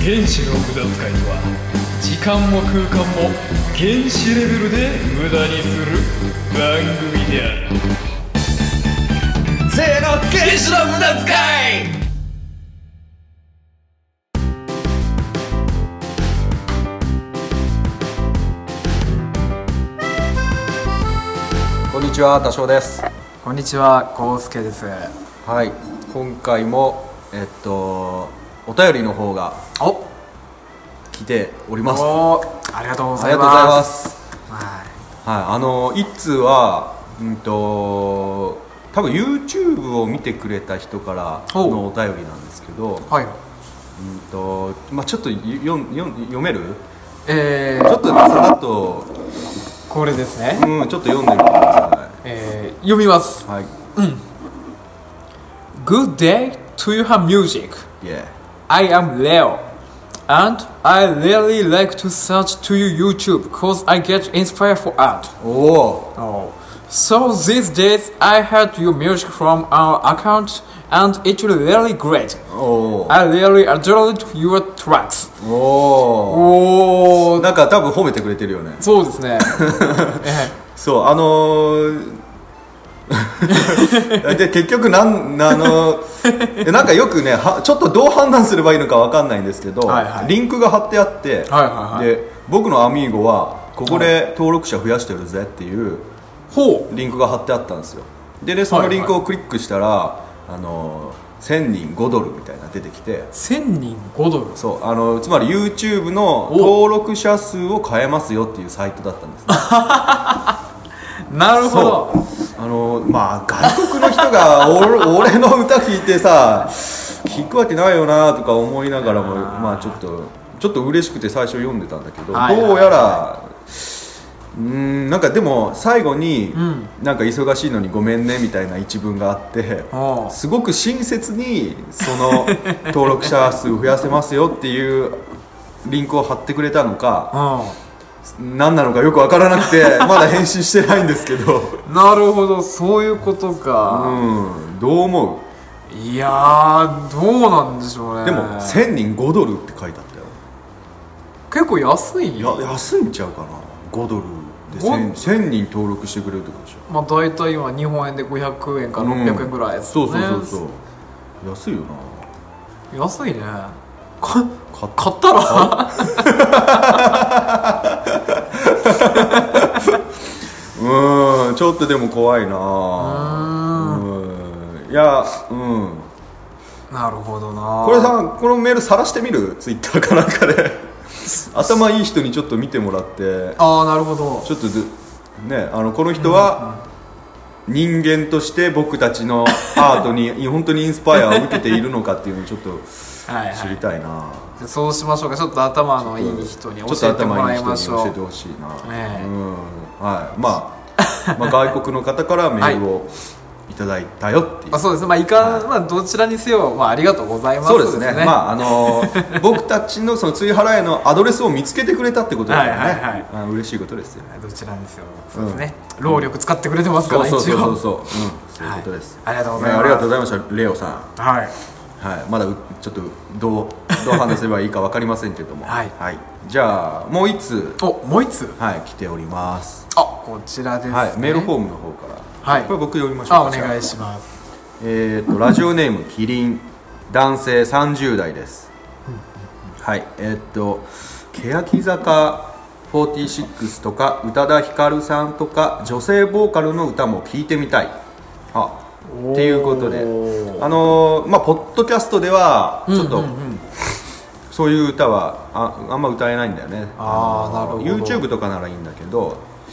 原子の無駄遣いとは時間も空間も原子レベルで無駄にする番組である。せーの、原子の無駄遣い。 こんにちは、多少です。 こんにちは、こうすけです。 はい、今回もお便りの方が来ております。 ありがとうございありがとうございま。 ますす。はい、一通は多分 YouTube を見てくれた人からのお便りなんですけど、 はい。 ちょっと読める？ちちょっとさらっとこれですね。 ちょっと読んでみてくださ読みます。 い。はい。 Good day to your music. Yeah. I am Leo, and I really like to search to your YouTube because I get inspired for art. お So these days I heard your music from our account, and it's really great. お I really adored your tracks. おなんか多分褒めてくれてるよね。 そうですね。 そうで結局なんかよくねちょっとどう判断すればいいのかわかんないんですけど、 はいはい、 リンクが貼ってあって、で僕のアミーゴはここで登録者増やしてるぜっていうリンクが貼ってあったんですよ。でそのリンクをクリックしたら、1000人5ドルみたいな出てきて、 1000人5ドル、 そうつまり YouTube の登録者数を変えますよっていうサイトだったんです、ね、 なるほど。 外国の人が俺の歌聴いてさ聞くわけないよなとか思いながらも、ちょっと嬉しくて最初読んでたんだけど、どうやらなんかでも最後に、なんか忙しいのにごめんねみたいな一文があって、すごく親切にその登録者数増やせますよっていうリンクを貼ってくれたのか、何なのかよく分からなくてまだ返信してないんですけどなるほど、そういうことか。 どう思う？いやー、どうなんでしょうね。 でも1000人5ドルって書いてあったよ。 結構安いよ。 安いんちゃうかな。5ドルで 1000人登録してくれるってことでしょ。 大体今日本円で500円か600円ぐらいですね。そう安いよな。安いね。買ったらちょっとでも怖いな。いやなるほどな。 これさ、このメール晒してみる？ツイッターかなんかで頭いい人にちょっと見てもらって。 なるほど。 ちょっとね、この人は人間として僕たちのアートに本当にインスパイアを受けているのかっていうのをちょっと知りたいな。 そうしましょうか。ちょっと頭のいい人に教えてもらいましょう。 ちょっと頭いい人に教えてほしいな。外国の方からメールをいただいたよっていう。 そうですね。どちらにせよ、ありがとうございます。 そうですね。僕たちのその追払いのアドレスを見つけてくれたってことだからね。嬉しいことですよ。 どちらにせよ、そうですね。労力使ってくれてますから一応。そういうことです。 ありがとうございます。 ありがとうございました、レオさん。 はい。 まだちょっとどう判断すればいいか分かりませんけども。じゃあもう一通。 もう一通。 来ております。 こちらですね。 メールフォームの方から。これ僕読みましょうか。 お願いします。 ラジオネームキリン、男性30代です。欅坂46とか宇多田ヒカルさんとか女性ボーカルの歌も聴いてみたいっていうことで、ポッドキャストではちょっとそういう歌はあんま歌えないんだよね。 なるほど。 YouTube とかならいいんだけど、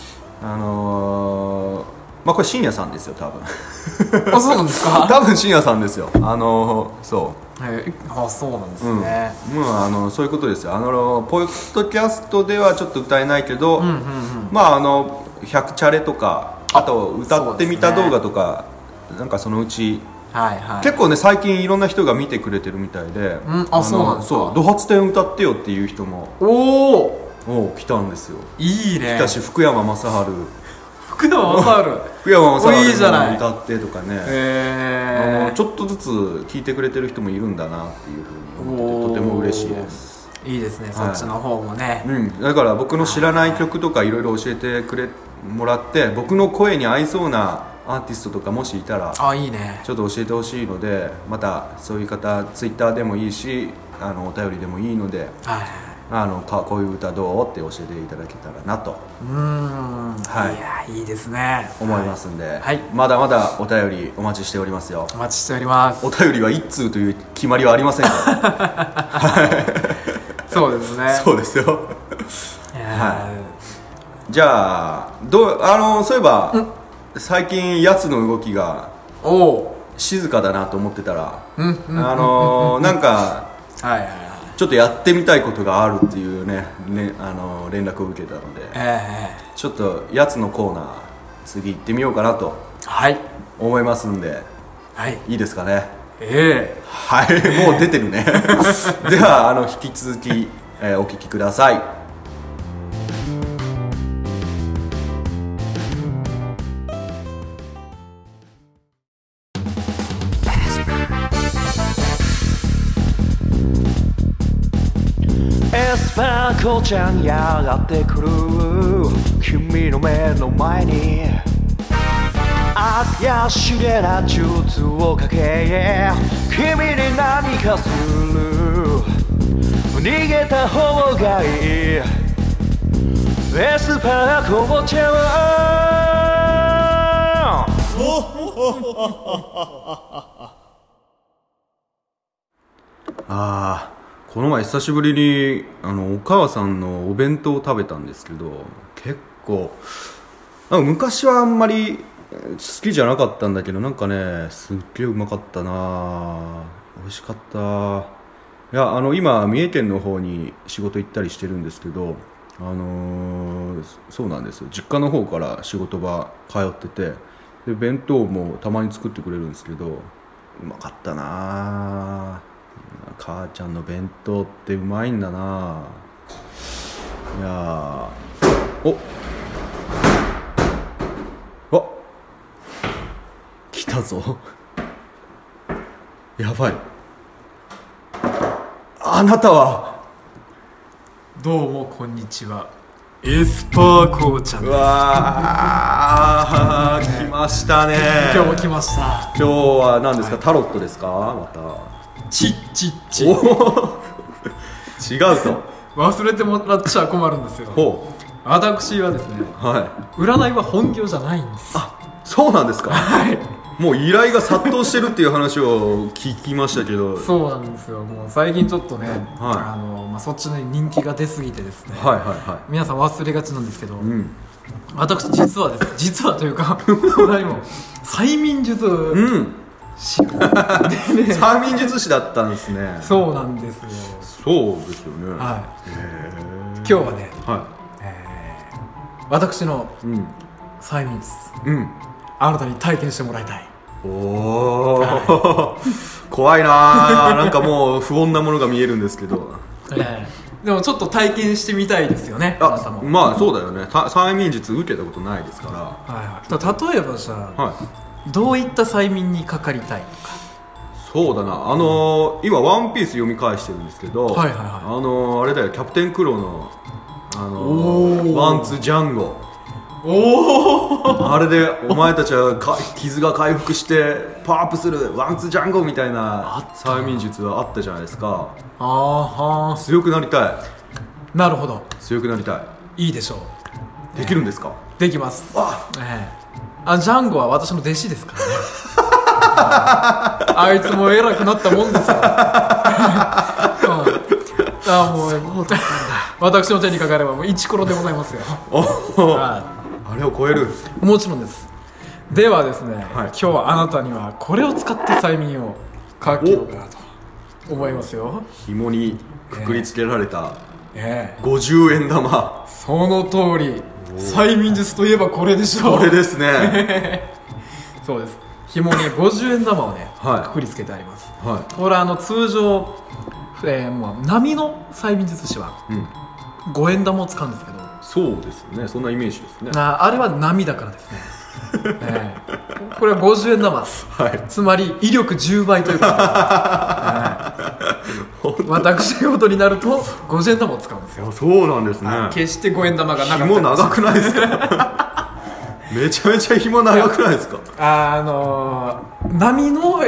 これ深夜さんですよ多分。 そうなんですか？ 多分深夜さんですよ。そうそうなんですね。 そういうことですよ。ポッドキャストではちょっと歌えないけど、100チャレとか、あと歌ってみた動画とか、なんかそのうち、結構ね最近いろんな人が見てくれてるみたいで、 そうなんですか。 ド発展歌ってよっていう人も来たんですよ。 いいね。 来たし、福山雅治福山雅治も歌ってとかね、ちょっとずつ聴いてくれてる人もいるんだなっていうふうに思ってとても嬉しいです。 いいですね、そっちの方もね。 だから僕の知らない曲とかいろいろ教えてもらって、僕の声に合いそうなアーティストとかもしいたらいいね、 ちょっと教えてほしいので、またそういう方ツイッターでもいいしお便りでもいいので、こういう歌どうって教えていただけたらなといやいいですね思いますんで、 はい、 まだまだお便りお待ちしておりますよ。 お待ちしております。 お便りは1通という決まりはありませんからそうですねそうですよじゃあそういえば、最近やつの動きが静かだなと思ってたら、なんかちょっとやってみたいことがあるっていうね連絡を受けたので、ちょっとやつのコーナー次行ってみようかなと思いますんで、いいですかね。はい、もう出てるねでは引き続き、お聞きください。 エスパーコちゃんやってくる君の目の前に怪しげな術をかけ君に何かする逃げた方がいいエスパーコちゃんこの前久しぶりにお母さんのお弁当を食べたんですけど、結構昔はあんまり好きじゃなかったんだけど、なんかねすっげえうまかったな、美味しかった。いや今三重県の方に仕事行ったりしてるんですけど、そうなんですよ、実家の方から仕事場通ってて、で弁当もたまに作ってくれるんですけど、うまかったな。母ちゃんの弁当ってうまいんだな。いや来たぞやばい。あなたは。 どうもこんにちは、エスパーコーちゃんです。 うわ来ましたね。 今日も来ました。 今日は何ですか、タロットですか。またチッチッチ違うと忘れてもらっちゃ困るんですよ。私はですね、占いは本業じゃないんです。 そうなんですか。もう依頼が殺到してるっていう話を聞きましたけど。 そうなんですよ。もう最近ちょっとね、そっちの人気が出すぎてですね、皆さん忘れがちなんですけど、私実はというか何も催眠術催眠術師だったんですね。 そうなんですよ。 そうですよね。 今日はね、私の催眠術、あなたに体験してもらいたい。 怖いな。なんかもう不穏なものが見えるんですけど、 でもちょっと体験してみたいですよね。あなたも。 まあそうだよね。催眠術受けたことないですから。 例えばじゃあ、どういった催眠にかかりたいのか。 そうだな、今ワンピース読み返してるんですけど、あれだよ、キャプテンクロのワンツジャンゴ。あれでお前たちは傷が回復してパワーアップするワンツジャンゴみたいな催眠術はあったじゃないですか。強くなりたい。 なるほど、 強くなりたい。 いいでしょう。 できるんですか。 できます。ジャンゴは私の弟子ですからねあいつも偉くなったもんですよもう私の手にかかればもうイチコロでございますよあれを超える。 もちろんです。ではですね、今日はあなたにはこれを使って催眠をかけようかなと思いますよ。 紐にくくりつけられた50円玉。 その通り、催眠術といえばこれでしょう。 これですねそうです。紐に50円玉をね、くくりつけてあります。これ通常、波の催眠術師は5円玉を使うんですけど、 そうですよね、そんなイメージですね。 あれは波だからですねこれは50円玉、つまり威力10倍というか、 私事になると50円玉を使うんですよ。 そうなんですね。 決して5円玉がなかった。 紐長くないですか？めちゃめちゃ紐長くないですか？ 波のどっ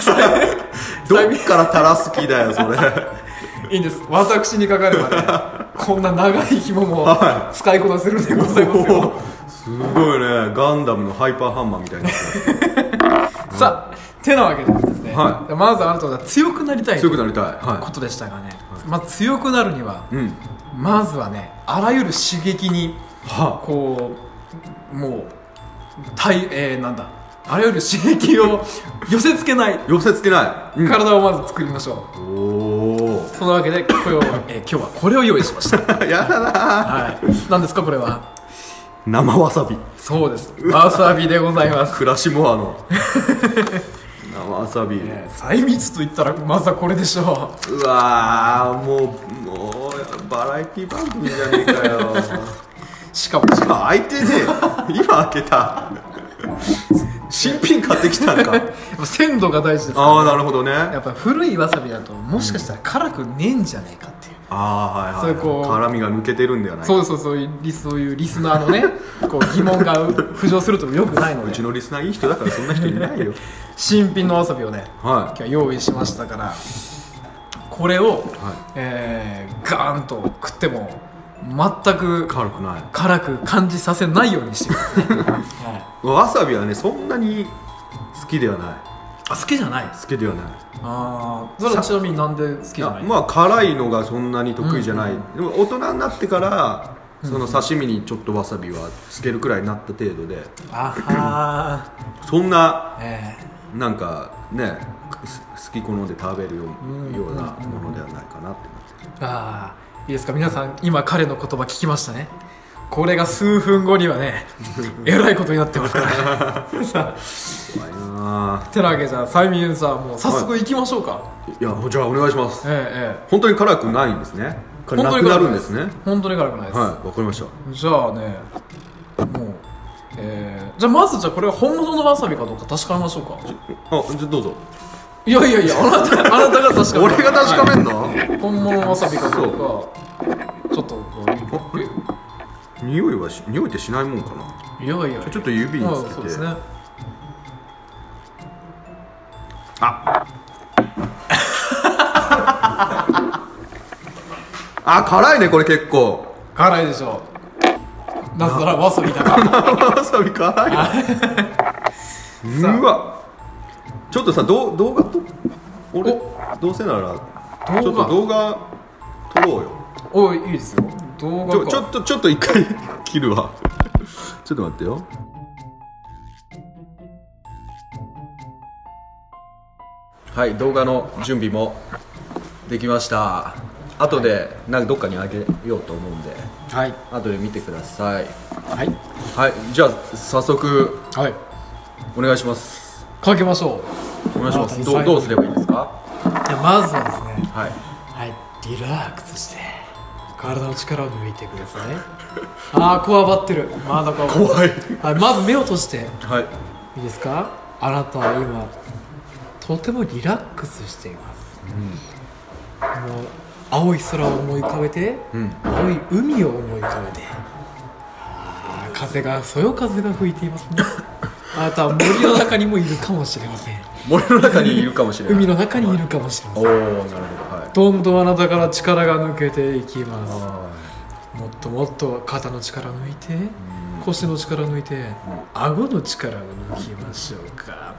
から垂らす気だよそれ。 いいんです、私にかかればねこんな長い紐も使いこなせるんでございますよ。 すごいね、ガンダムのハイパーハンマーみたいなさあてなわけでですね、まずあなたは強くなりたいということでしたがね、強くなるには、まずはねあらゆる刺激にこうもうなんだあらゆる刺激を寄せ付けない体をまず作りましょう。そのわけで今日はこれを用意しました。 やだな。 何ですかこれは？ 生わさび。 そうです、わさびでございます。 クラシモアの生わさび、 細密と言ったらまずはこれでしょう。 うわー、もうバラエティ番組じゃねえかよ。しかも開いてねえ。今開けた。新品買ってきたんか。 鮮度が大事ですから、 ね。ああ、なるほどね。 やっぱ古いわさびだともしかしたら辛くねえんじゃねえかっていう。そういう辛みが抜けてるんではないか。 そういうリスナーのねこう疑問が浮上するとよくないので。 うちのリスナーいい人だからそんな人いないよ。 新品のわさびをね、今日は用意しましたから、これを、ガーンと食っても全く辛く感じさせないようにしてください。 わさびはねそんなに好きではない。 好きじゃない。 好きではない。 それはちなみになんで好きじゃない？ 辛いのがそんなに得意じゃない。でも大人になってからその刺身にちょっとわさびはつけるくらいになった程度で、そんな、なんかね好き好んで食べるようなものではないかなって。 いいですか皆さん、今彼の言葉聞きましたね。これが数分後にはねえらいことになってますからさあ、てなわけじゃあ催眠さんもう早速行きましょうか。 いや、じゃあお願いします。本当に辛くないんですね。なくなるんですね。 本当に辛くないです。 わかりました。 じゃあね、もうじゃあまずこれは本物のわさびかどうか確かめましょうか。 じゃあどうぞ。 いやあなたが確かめる。 俺が確かめんの？ 本物のわさびかどうかちょっと匂いってしないもんかな。 いやちょっと指につけて。そうですね。辛いねこれ結構。 辛いでしょ。なぜならわさびだから。 わさび辛いな。うわ。ちょっとさ動画と俺どうせならちょっと動画撮ろうよ。 いいですよ。動画か。 ちょっと一回切るわ。ちょっと待ってよ。はい、動画の準備もできました。後でなんかどっかにあげようと思うんで、後で見てください。じゃあ早速お願いします。 かけましょう。お願いします。どうすればいいですか？ まずはですね、リラックスして体の力を抜いてください。こわばってる。まだ怖い。 まず目を閉じて、いいですか？あなたは今とてもリラックスしています。もう青い空を思い浮かべて、青い海を思い浮かべて、そよ風が吹いていますね。あなたは森の中にもいるかもしれません。 森の中にいるかもしれない。 海の中にいるかもしれません。 なるほど。どんどんあなたから力が抜けていきます。もっともっと肩の力を抜いて、腰の力を抜いて、顎の力を抜きましょうか。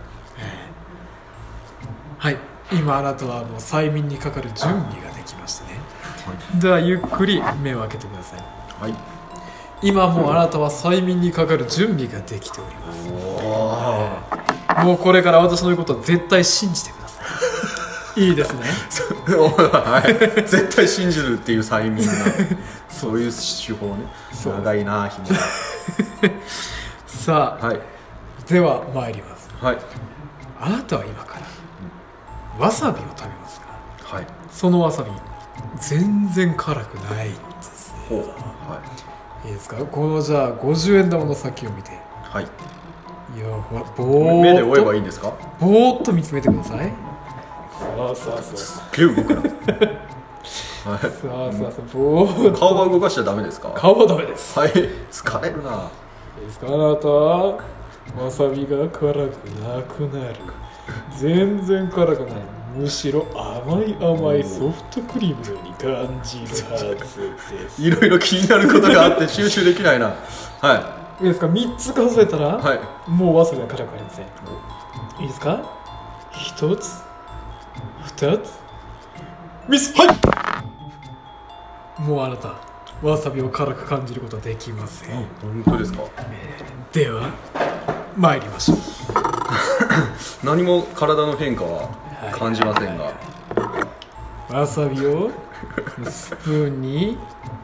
今あなたはもう催眠にかかる準備ができましたね。ではゆっくり目を開けてください。今もうあなたは催眠にかかる準備ができております。もうこれから私の言うことは絶対信じてください。いいですね。 絶対信じるっていう催眠がそういう手法ね。長いな紐が。 さあ、では参ります。あなたは今からわさびを食べますが、そのわさび全然辛くないんですよ。いいですか？このじゃあ50円玉の先を見て、いやほら目で追えばいいんですか？ ぼーっと見つめてください。 そうすっげえ動くなはい、 そう顔は動かしちゃダメですか？ 顔はダメです。 はい、疲れるな。 あなたわさびが辛くなくなる。全然辛くない。むしろ甘いソフトクリームのように感じるはずです。 いろいろ気になることがあって集中できないな。はい。 いいですか？3つ数えたら、 はい、 もうわさびが辛くありません。いいですか？1つ、2つ、3つ、はい。もうあなたわさびを辛く感じることはできません。 本当ですか？ では参りましょう。 何も体の変化は感じませんが、 わさびをスプーンに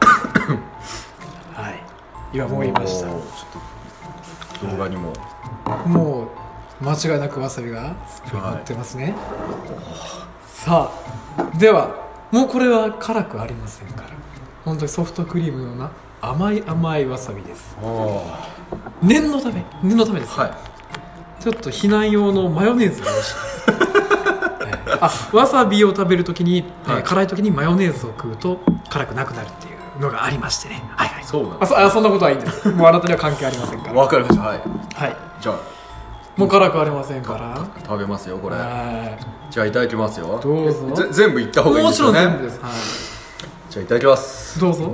はい今盛りました。ちょっと動画にも、 もう間違いなくわさびがスプーンに乗ってますね、さあではもうこれは辛くありませんから、本当にソフトクリームのような甘いわさびです。念のためです、ちょっと避難用のマヨネーズを用意しますわさびを食べるときに、辛いときにマヨネーズを食うと辛くなくなるっていうのがありましてね。 そうなんです。そんなことはいいんです。もうあなたには関係ありませんから。 わかりました。はい、じゃあもう辛くありませんから食べますよこれ。じゃあいただきますよ。 どうぞ。 全部いった方がいいですよね。 もちろん全部です。 じゃあいただきます。 どうぞ。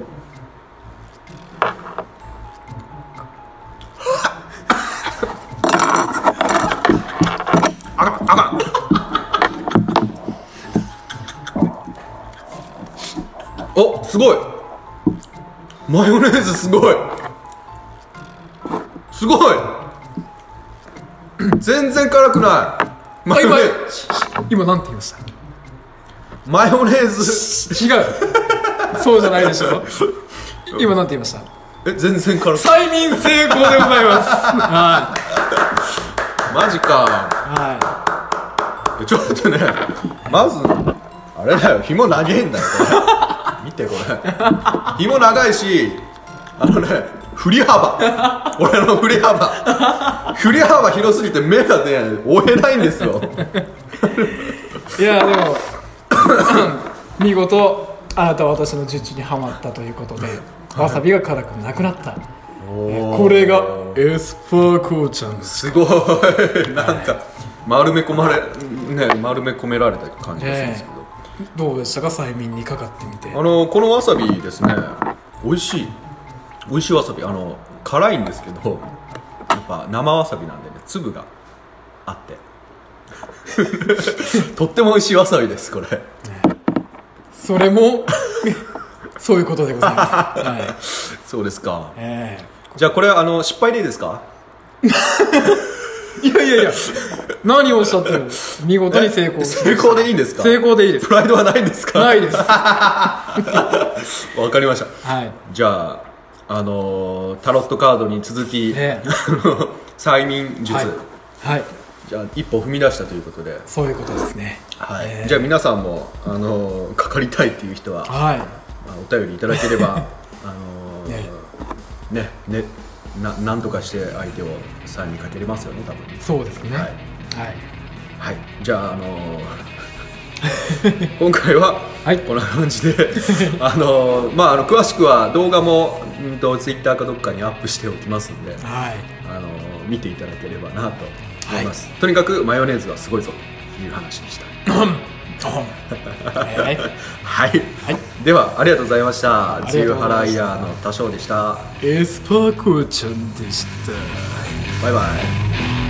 お、すごい。マヨネーズすごい。全然辛くない。 今なんて言いました？ マヨネーズ。 違う。そうじゃないでしょ。今なんて言いました？ 全然辛くない。 催眠成功でございます。 マジか。ちょっとね、まずあれだよ、紐長えんだよこれ。見てこれ。紐長いし、振り幅、俺の振り幅広すぎて目がね追えないんですよ。 いやでも見事あなたは私の術中にはまったということで、わさびが辛くなくなった。これがエスパー紅茶です。 すごい。なんか丸め込められた感じがするんですけど、 どうでしたか？催眠にかかってみて。 このわさびですね、美味しいわさび。辛いんですけど、やっぱ生わさびなんでね、粒があってとっても美味しいわさびですこれ。 それもそういうことでございます。 そうですか。じゃあこれ失敗でいいですか？ いや何をおっしゃってるの？見事に成功。 成功でいいんですか？ 成功でいいです。 プライドはないんですか？ ないです。 わかりました。じゃあタロットカードに続き、催眠術、じゃあ一歩踏み出したということで。 そういうことですね。 じゃあ皆さんもかかりたいっていう人は、お便りいただければなんとかして相手を催眠かけれますよね多分。 そうですね。 じゃあ今回はこんな感じで、詳しくは動画もツイッターかどっかにアップしておきますので、見ていただければなと思います。とにかくマヨネーズはすごいぞという話でした。ではありがとうございました。梅雨払いヤーの多少でした。 エスパーコーちゃんでした。 バイバイ。